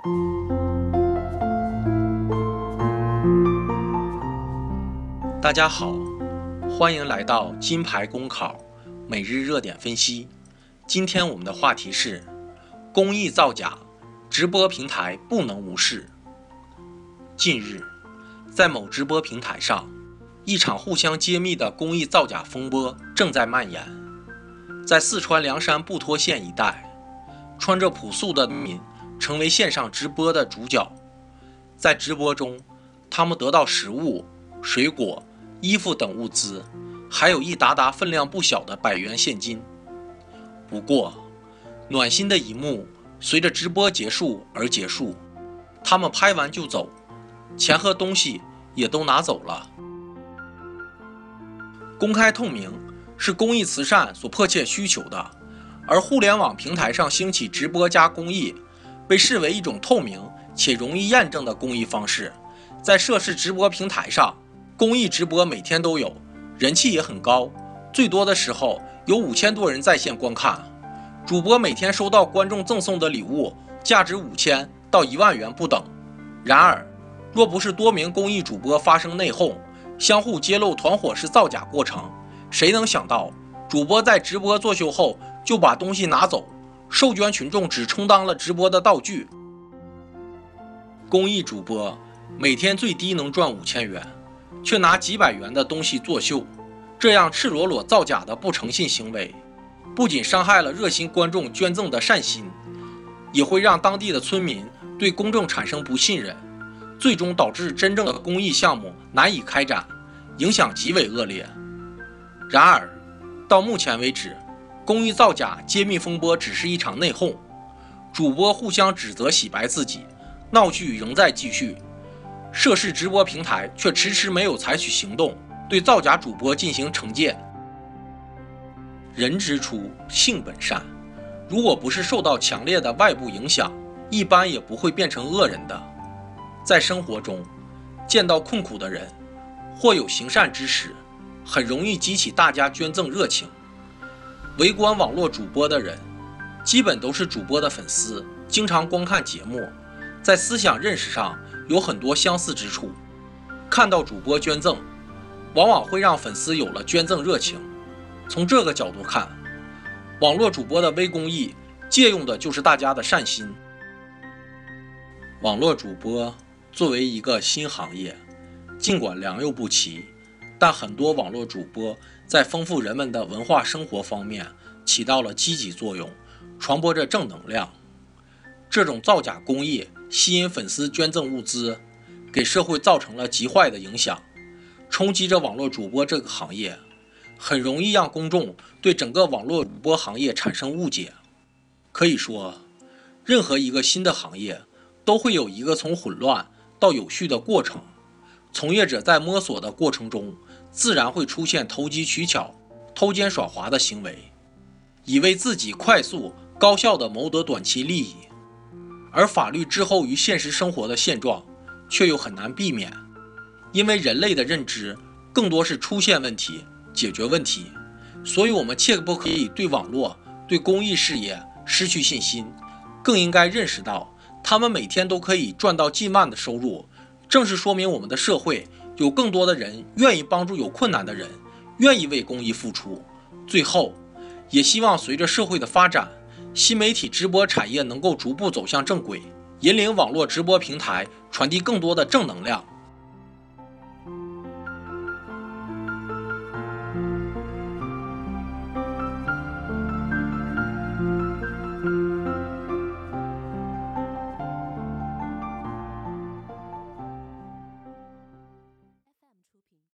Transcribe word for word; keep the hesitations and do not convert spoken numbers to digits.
大家好，欢迎来到金牌公考每日热点分析。今天我们的话题是公益造假，直播平台不能无视。近日，在某直播平台上，一场互相揭秘的公益造假风波正在蔓延。在四川凉山布托县一带，穿着朴素的民成为线上直播的主角。在直播中，他们得到食物、水果、衣服等物资，还有一沓沓分量不小的百元现金。不过，暖心的一幕随着直播结束而结束，他们拍完就走，钱和东西也都拿走了。公开透明是公益慈善所迫切需求的，而互联网平台上兴起直播加公益，被视为一种透明且容易验证的公益方式。在涉事直播平台上，公益直播每天都有，人气也很高，最多的时候有五千多人在线观看。主播每天收到观众赠送的礼物，价值五千到一万元不等。然而，若不是多名公益主播发生内讧，相互揭露团伙式造假过程，谁能想到主播在直播作秀后就把东西拿走，受捐群众只充当了直播的道具。公益主播每天最低能赚五千元，却拿几百元的东西作秀，这样赤裸裸造假的不诚信行为，不仅伤害了热心观众捐赠的善心，也会让当地的村民对公众产生不信任，最终导致真正的公益项目难以开展，影响极为恶劣。然而，到目前为止，公益造假揭秘风波只是一场内讧，主播互相指责洗白自己，闹剧仍在继续。涉事直播平台却迟迟没有采取行动，对造假主播进行惩戒。人之初，性本善，如果不是受到强烈的外部影响，一般也不会变成恶人的。在生活中，见到困苦的人或有行善之时，很容易激起大家捐赠热情。围观网络主播的人，基本都是主播的粉丝，经常观看节目，在思想认识上有很多相似之处。看到主播捐赠，往往会让粉丝有了捐赠热情。从这个角度看，网络主播的微公益借用的就是大家的善心。网络主播作为一个新行业，尽管良莠不齐，但很多网络主播在丰富人们的文化生活方面起到了积极作用，传播着正能量。这种造假公益吸引粉丝捐赠物资，给社会造成了极坏的影响，冲击着网络主播这个行业，很容易让公众对整个网络主播行业产生误解。可以说，任何一个新的行业都会有一个从混乱到有序的过程，从业者在摸索的过程中，自然会出现投机取巧、偷奸耍滑的行为，以为自己快速高效地谋得短期利益。而法律滞后于现实生活的现状却又很难避免，因为人类的认知更多是出现问题解决问题，所以我们切不可以对网络、对公益事业失去信心，更应该认识到他们每天都可以赚到近万的收入，正是说明我们的社会有更多的人愿意帮助有困难的人，愿意为公益付出。最后，也希望随着社会的发展，新媒体直播产业能够逐步走向正轨，引领网络直播平台传递更多的正能量。